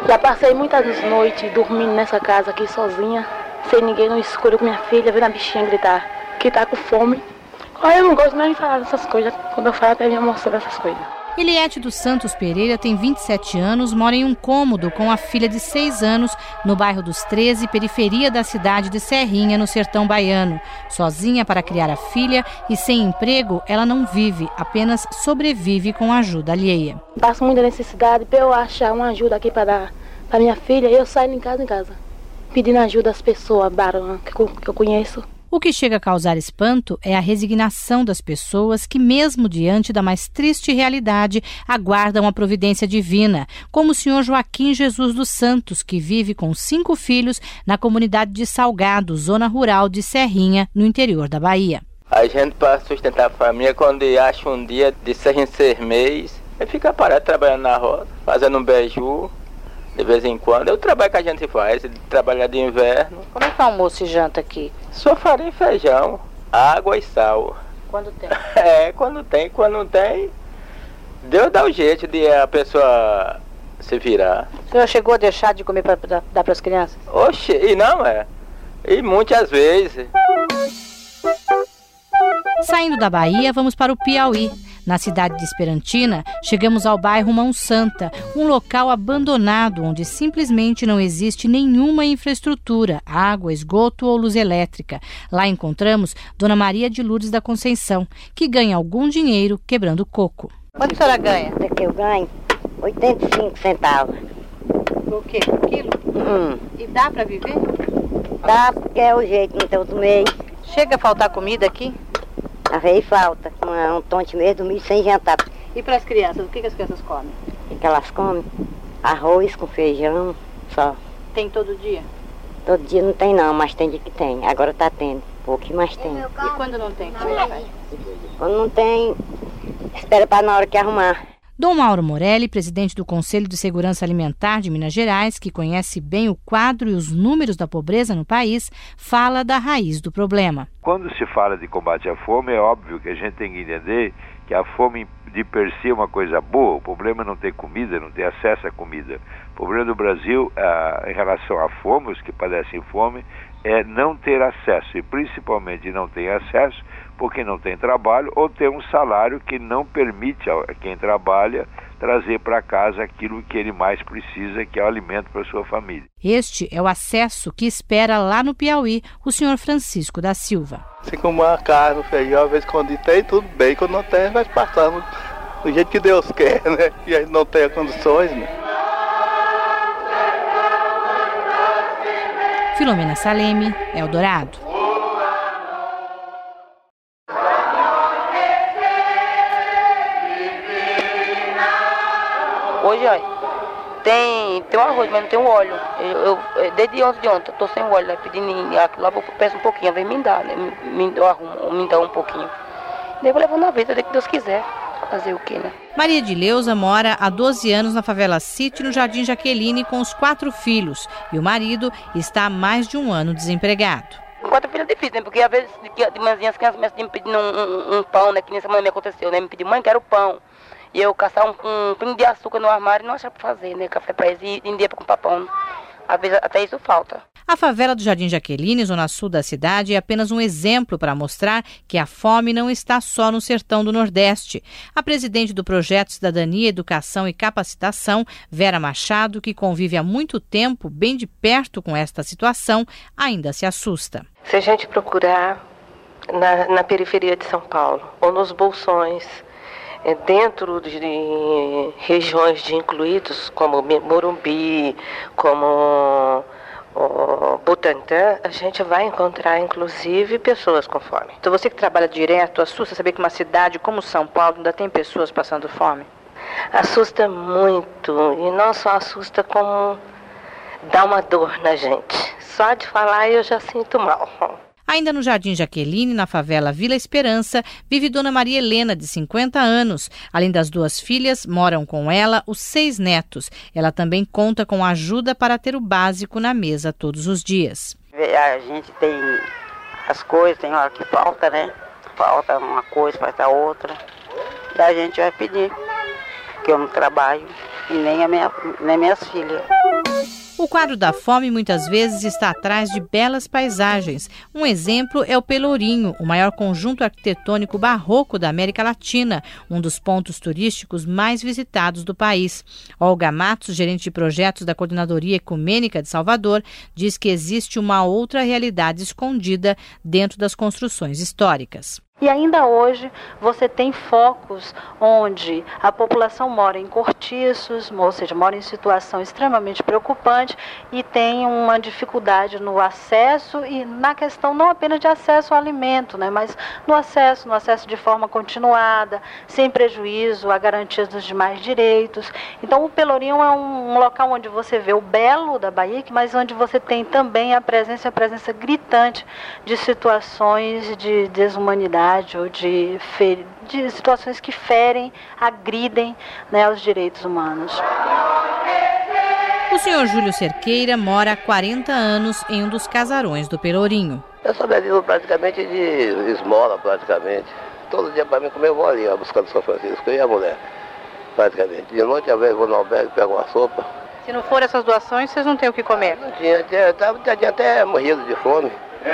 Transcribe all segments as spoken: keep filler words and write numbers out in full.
Já passei muitas noites dormindo nessa casa aqui sozinha, sem ninguém no escuro com minha filha, vendo a bichinha gritar que tá com fome. Olha, eu não gosto nem de falar dessas coisas, quando eu falo até me emociona essas coisas. Eliette dos Santos Pereira tem vinte e sete anos, mora em um cômodo com a filha de seis anos, no bairro dos treze, periferia da cidade de Serrinha, no sertão baiano. Sozinha para criar a filha e sem emprego, ela não vive, apenas sobrevive com a ajuda alheia. Passo muita necessidade, para eu achar uma ajuda aqui para dar para minha filha, eu saio em casa em casa, pedindo ajuda às pessoas barão, que eu conheço. O que chega a causar espanto é a resignação das pessoas que, mesmo diante da mais triste realidade, aguardam a providência divina, como o senhor Joaquim Jesus dos Santos, que vive com cinco filhos na comunidade de Salgado, zona rural de Serrinha, no interior da Bahia. A gente, para sustentar a família, quando acha um dia de seis em seis meses, fica parado trabalhando na roça, fazendo um beiju. De vez em quando, é o trabalho que a gente faz, trabalhar de inverno. Como é que é o almoço e janta aqui? Só farinha e feijão, água e sal. Quando tem? É, quando tem, quando não tem, Deus dá o jeito de a pessoa se virar. O senhor chegou a deixar de comer para dar para as crianças? Oxe, e não é, e muitas vezes. Saindo da Bahia, vamos para o Piauí. Na cidade de Esperantina, chegamos ao bairro Mão Santa, um local abandonado onde simplesmente não existe nenhuma infraestrutura, água, esgoto ou luz elétrica. Lá encontramos Dona Maria de Lourdes da Conceição, que ganha algum dinheiro quebrando coco. Quanto a senhora ganha? Daqui eu ganho oitenta e cinco centavos. O quê? Por quilo? Hum. E dá para viver? Dá, porque é o jeito, não tem outro mês. Chega a faltar comida aqui? A vez falta, um, um tonte mesmo, dormir sem jantar. E para as crianças, o que, que as crianças comem? O que elas comem? Arroz com feijão, só. Tem todo dia? Todo dia não tem não, mas tem dia que tem. Agora tá tendo, pouquinho mais tem. E quando não tem, como é que faz? Quando não tem, espera para na hora que arrumar. Dom Mauro Morelli, presidente do Conselho de Segurança Alimentar de Minas Gerais, que conhece bem o quadro e os números da pobreza no país, fala da raiz do problema. Quando se fala de combate à fome, é óbvio que a gente tem que entender que a fome de per si é uma coisa boa. O problema é não ter comida, não ter acesso à comida. O problema do Brasil, ah, em relação à fome, os que padecem fome, é não ter acesso, e principalmente não ter acesso porque não tem trabalho ou tem um salário que não permite a quem trabalha trazer para casa aquilo que ele mais precisa, que é o alimento para sua família. Este é o acesso que espera lá no Piauí o senhor Francisco da Silva. Assim como uma carne, um feijão, às vezes quando tem, tudo bem, quando não tem, vai passando do jeito que Deus quer, né? E a gente não tem condições, né? Filomena Salemi, Eldorado. Hoje, olha, tem, tem um arroz, mas não tem um óleo. Eu, eu, desde ontem de ontem, eu tô sem óleo, né? Pedindo aquilo lá, eu peço um pouquinho, vem me dar, né? Me, me, eu arrumo, me dá um pouquinho. Daí eu vou levando na vida, desde que Deus quiser. Fazer o quê, né? Maria de Leusa mora há doze anos na favela City, no Jardim Jaqueline, com os quatro filhos. E o marido está há mais de um ano desempregado. Com quatro filhos é difícil, né? Porque às vezes de, de manhãzinha as crianças começam a me pedir um, um, um pão, né? Que nessa semana me aconteceu, né? Me pediu, mãe, quero pão. E eu caçar um, um pingo de açúcar no armário e não achar para fazer, né? Café para eles e em dia para comprar pão. Às vezes até isso falta. A favela do Jardim Jaqueline, zona sul da cidade, é apenas um exemplo para mostrar que a fome não está só no sertão do Nordeste. A presidente do Projeto Cidadania, Educação e Capacitação, Vera Machado, que convive há muito tempo, bem de perto com esta situação, ainda se assusta. Se a gente procurar na, na periferia de São Paulo, ou nos bolsões, dentro de regiões de incluídos, como Morumbi, como o Butantã, a gente vai encontrar, inclusive, pessoas com fome. Então você que trabalha direto, assusta saber que uma cidade como São Paulo ainda tem pessoas passando fome? Assusta muito, e não só assusta, como dá uma dor na gente. Só de falar eu já sinto mal. Ainda no Jardim Jaqueline, na favela Vila Esperança, vive Dona Maria Helena, de cinquenta anos. Além das duas filhas, moram com ela os seis netos. Ela também conta com ajuda para ter o básico na mesa todos os dias. A gente tem as coisas, tem hora que falta, né? Falta uma coisa, falta outra. Daí a gente vai pedir, que eu não trabalho, e nem, a minha, nem minhas filhas. O quadro da fome muitas vezes está atrás de belas paisagens. Um exemplo é o Pelourinho, o maior conjunto arquitetônico barroco da América Latina, um dos pontos turísticos mais visitados do país. Olga Matos, gerente de projetos da Coordenadoria Ecumênica de Salvador, diz que existe uma outra realidade escondida dentro das construções históricas. E ainda hoje você tem focos onde a população mora em cortiços, ou seja, mora em situação extremamente preocupante e tem uma dificuldade no acesso e na questão não apenas de acesso ao alimento, né, mas no acesso, no acesso de forma continuada, sem prejuízo à garantia dos demais direitos. Então o Pelourinho é um, um local onde você vê o belo da Bahia, mas onde você tem também a presença, a presença gritante de situações de desumanidade ou de, de situações que ferem, agridem, né, os direitos humanos. O senhor Júlio Cerqueira mora há quarenta anos em um dos casarões do Pelourinho. Eu sobrevivo praticamente de esmola, praticamente. Todo dia para mim comer eu vou ali, buscando São Francisco e a mulher, praticamente. De noite, às vezes, vou no albergue, pego uma sopa. Se não for essas doações, vocês não têm o que comer? Não tinha, tinha, tinha, tinha até morrido de fome.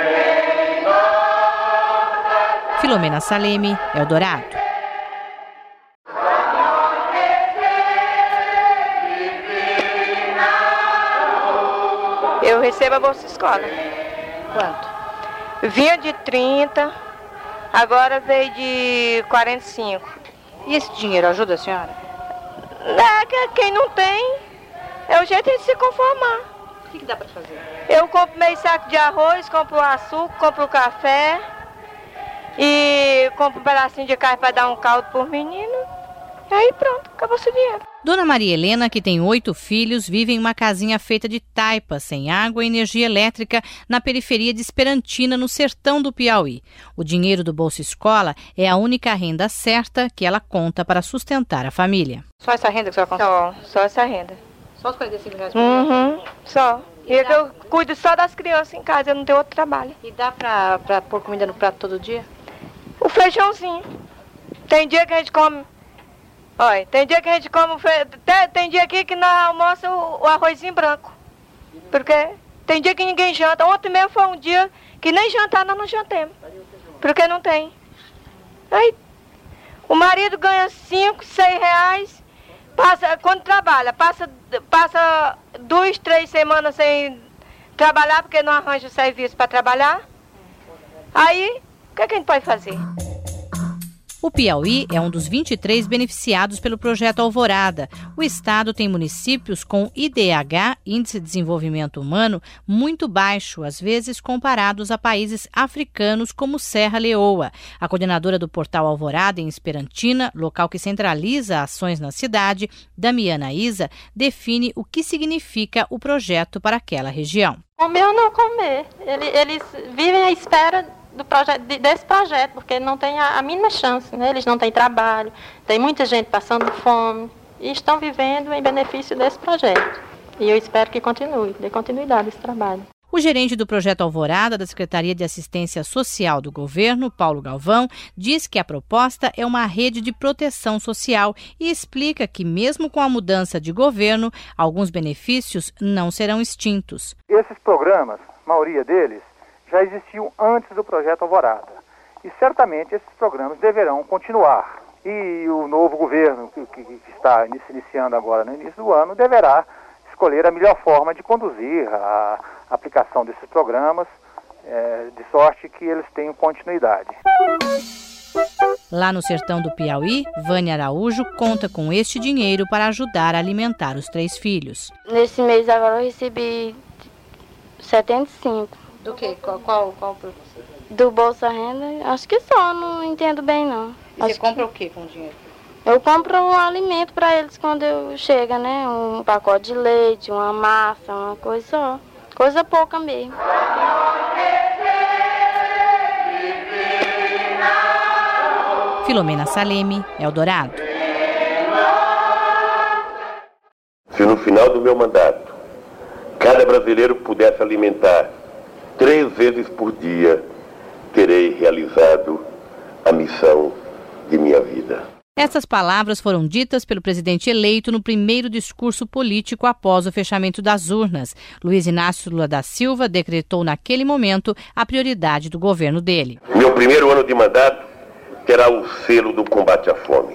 Filomena Salemi, Eldorado. Eu recebo a Bolsa Escola. Quanto? Vinha de trinta, agora veio de quarenta e cinco. E esse dinheiro ajuda a senhora? É, que quem não tem, é o jeito de se conformar. O que, que dá para fazer? Eu compro meio saco de arroz, compro açúcar, compro café. E compro um pedacinho de carne para dar um caldo por menino. E aí pronto, acabou seu dinheiro. Dona Maria Helena, que tem oito filhos, vive em uma casinha feita de taipa, sem água e energia elétrica, na periferia de Esperantina, no sertão do Piauí. O dinheiro do Bolsa Escola é a única renda certa que ela conta para sustentar a família. Só essa renda que a senhora consegue? Só, só essa renda. Só os quarenta e cinco reais por mês? Uhum, só. E é que eu cuido só das crianças em casa, eu não tenho outro trabalho. E dá para para pôr comida no prato todo dia? O feijãozinho. Tem dia que a gente come. Olha, tem dia que a gente come. Fe... Tem, tem dia aqui que nós almoça o, o arrozinho branco. Porque tem dia que ninguém janta. Ontem mesmo foi um dia que nem jantar nós não jantemos. Porque não tem. Aí o marido ganha cinco, seis reais. Passa, quando trabalha, passa, passa duas, três semanas sem trabalhar, porque não arranja serviço para trabalhar. Aí. O que, é que a gente pode fazer? O Piauí é um dos vinte e três beneficiados pelo projeto Alvorada. O estado tem municípios com I D H, Índice de Desenvolvimento Humano, muito baixo, às vezes comparados a países africanos como Serra Leoa. A coordenadora do portal Alvorada, em Esperantina, local que centraliza ações na cidade, Damiana Isa, define o que significa o projeto para aquela região. Comer ou não comer. Eles vivem à espera do projeto, desse projeto, porque não tem a, a mínima chance, né? Eles não têm trabalho, tem muita gente passando fome e estão vivendo em benefício desse projeto. E eu espero que continue, dê continuidade a esse trabalho. O gerente do projeto Alvorada, da Secretaria de Assistência Social do Governo, Paulo Galvão, diz que a proposta é uma rede de proteção social e explica que, mesmo com a mudança de governo, alguns benefícios não serão extintos. Esses programas, a maioria deles, já existiam antes do projeto Alvorada. E certamente esses programas deverão continuar. E o novo governo, que, que está se iniciando agora no início do ano, deverá escolher a melhor forma de conduzir a aplicação desses programas, é, de sorte que eles tenham continuidade. Lá no sertão do Piauí, Vânia Araújo conta com este dinheiro para ajudar a alimentar os três filhos. Nesse mês agora eu recebi setenta e cinco. Do quê? Qual, qual, qual? Do Bolsa Renda, acho que só, não entendo bem não. E acho você compra que... o que com o dinheiro? Eu compro um alimento para eles quando eu chego, né? Um pacote de leite, uma massa, uma coisa só. Coisa pouca mesmo. Filomena Salemi, Eldorado. Se no final do meu mandato cada brasileiro pudesse alimentar três vezes por dia, terei realizado a missão de minha vida. Essas palavras foram ditas pelo presidente eleito no primeiro discurso político após o fechamento das urnas. Luiz Inácio Lula da Silva decretou naquele momento a prioridade do governo dele. Meu primeiro ano de mandato terá o selo do combate à fome.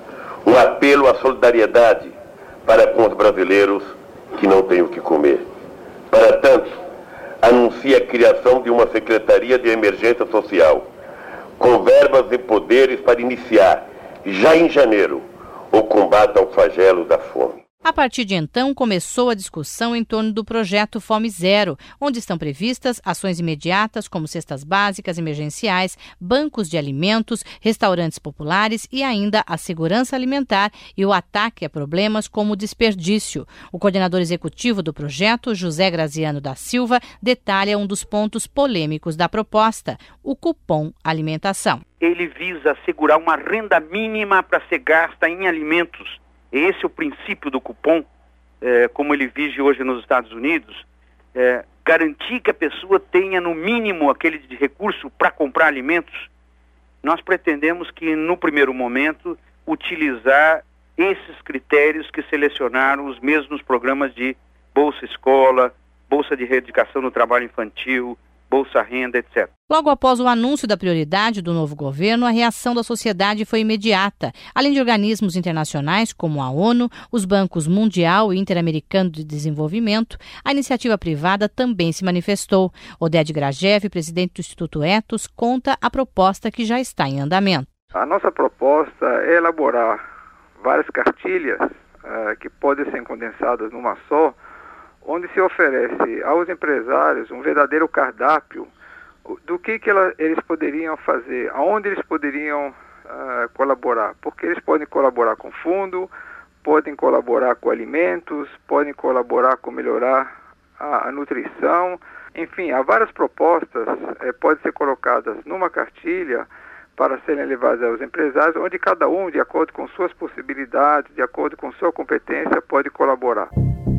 Um apelo à solidariedade para com os brasileiros que não têm o que comer. Para tanto, anuncia a criação de uma Secretaria de Emergência Social, com verbas e poderes para iniciar, já em janeiro, o combate ao flagelo da fome. A partir de então, começou a discussão em torno do projeto Fome Zero, onde estão previstas ações imediatas como cestas básicas emergenciais, bancos de alimentos, restaurantes populares e ainda a segurança alimentar e o ataque a problemas como o desperdício. O coordenador executivo do projeto, José Graziano da Silva, detalha um dos pontos polêmicos da proposta, o cupom alimentação. Ele visa assegurar uma renda mínima para ser gasta em alimentos. Esse é o princípio do cupom, é, como ele vige hoje nos Estados Unidos, é, garantir que a pessoa tenha no mínimo aquele de recurso para comprar alimentos. Nós pretendemos que no primeiro momento utilizar esses critérios que selecionaram os mesmos programas de Bolsa Escola, Bolsa de Reeducação no Trabalho Infantil, Bolsa Renda, etcétera. Logo após o anúncio da prioridade do novo governo, a reação da sociedade foi imediata. Além de organismos internacionais como a ONU, os bancos Mundial e Interamericano de Desenvolvimento, a iniciativa privada também se manifestou. Oded Grajew, presidente do Instituto Ethos, conta a proposta que já está em andamento. A nossa proposta é elaborar várias cartilhas uh, que podem ser condensadas numa só, onde se oferece aos empresários um verdadeiro cardápio do que, que ela, eles poderiam fazer, aonde eles poderiam uh, colaborar, porque eles podem colaborar com fundo, podem colaborar com alimentos, podem colaborar com melhorar a, a nutrição, enfim, há várias propostas, eh, podem ser colocadas numa cartilha para serem levadas aos empresários, onde cada um, de acordo com suas possibilidades, de acordo com sua competência, pode colaborar.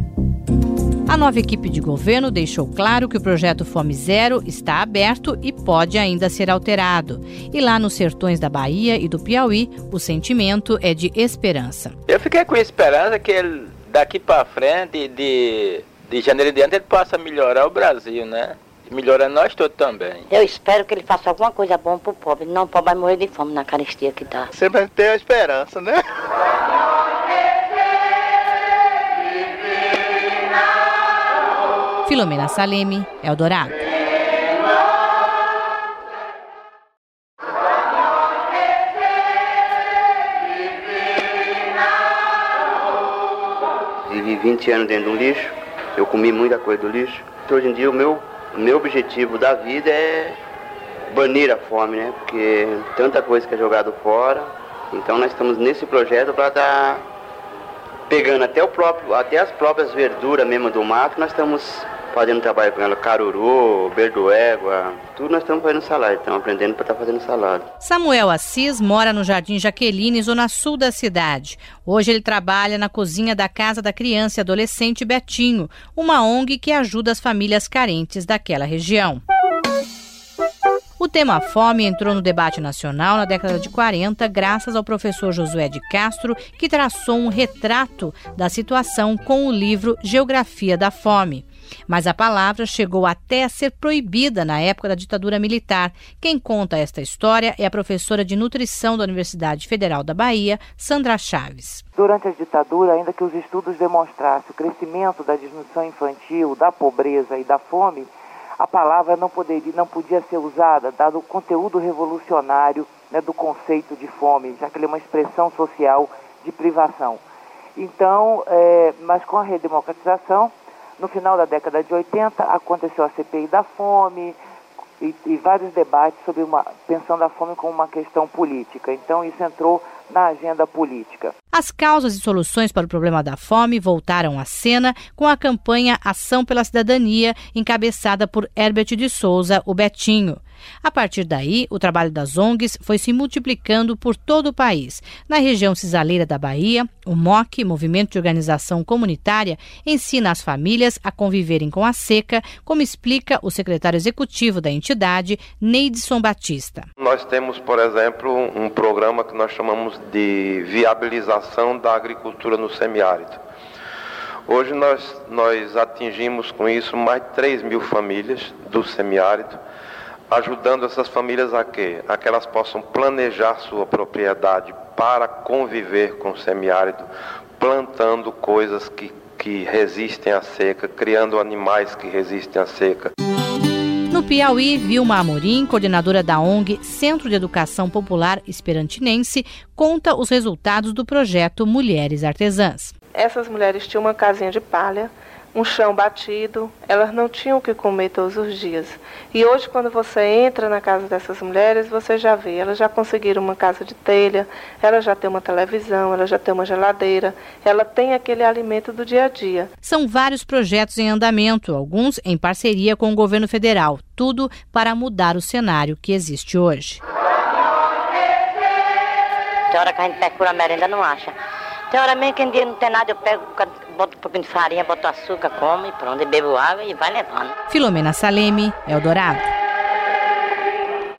A nova equipe de governo deixou claro que o projeto Fome Zero está aberto e pode ainda ser alterado. E lá nos sertões da Bahia e do Piauí, o sentimento é de esperança. Eu fiquei com esperança que ele, daqui para frente, de, de janeiro em diante, ele possa melhorar o Brasil, né? Melhorando nós todos também. Eu espero que ele faça alguma coisa boa pro pobre. Não, o pobre vai morrer de fome na carestia que tá. Sempre tem a esperança, né? Filomena Salemi, Eldorado. Vivi vinte anos dentro do lixo, eu comi muita coisa do lixo. Então, hoje em dia o meu, meu objetivo da vida é banir a fome, né? Porque tanta coisa que é jogado fora. Então nós estamos nesse projeto para estar pegando até, o próprio, até as próprias verduras mesmo do mato, nós estamos fazendo trabalho com ela, caruru, berdoégua, tudo nós estamos fazendo salada, estamos aprendendo para estar fazendo salada. Samuel Assis mora no Jardim Jaqueline, zona sul da cidade. Hoje ele trabalha na cozinha da Casa da Criança e Adolescente Betinho, uma O N G que ajuda as famílias carentes daquela região. O tema fome entrou no debate nacional na década de quarenta, graças ao professor Josué de Castro, que traçou um retrato da situação com o livro Geografia da Fome. Mas a palavra chegou até a ser proibida na época da ditadura militar. Quem conta esta história é a professora de nutrição da Universidade Federal da Bahia, Sandra Chaves. Durante a ditadura, ainda que os estudos demonstrassem o crescimento da desnutrição infantil, da pobreza e da fome, a palavra não, poderia, não podia ser usada, dado o conteúdo revolucionário, né, do conceito de fome, já que ele é uma expressão social de privação. Então, é, mas com a redemocratização, no final da década de oitenta, aconteceu a C P I da fome e, e vários debates sobre uma pensando a fome como uma questão política. Então, isso entrou na agenda política. As causas e soluções para o problema da fome voltaram à cena com a campanha Ação pela Cidadania, encabeçada por Herbert de Souza, o Betinho. A partir daí, o trabalho das O N Gs foi se multiplicando por todo o país. Na região cisaleira da Bahia, o M O C, Movimento de Organização Comunitária, ensina as famílias a conviverem com a seca, como explica o secretário executivo da entidade, Neidson Batista. Nós temos, por exemplo, um programa que nós chamamos de viabilização da agricultura no semiárido. Hoje nós, nós atingimos com isso mais de três mil famílias do semiárido, ajudando essas famílias a quê? A que elas possam planejar sua propriedade para conviver com o semiárido, plantando coisas que, que resistem à seca, criando animais que resistem à seca. No Piauí, Vilma Amorim, coordenadora da O N G Centro de Educação Popular Esperantinense, conta os resultados do projeto Mulheres Artesãs. Essas mulheres tinham uma casinha de palha, um chão batido, elas não tinham o que comer todos os dias. E hoje, quando você entra na casa dessas mulheres, você já vê, elas já conseguiram uma casa de telha, elas já têm uma televisão, elas já têm uma geladeira, ela tem aquele alimento do dia a dia. São vários projetos em andamento, alguns em parceria com o governo federal, tudo para mudar o cenário que existe hoje. Tem hora que a gente pega por a merenda, não acha. Tem hora mesmo que um dia não tem nada, eu pego, boto um pouquinho de farinha, boto açúcar, como e pronto, e bebo água e vai levando. Filomena Salemi, Eldorado.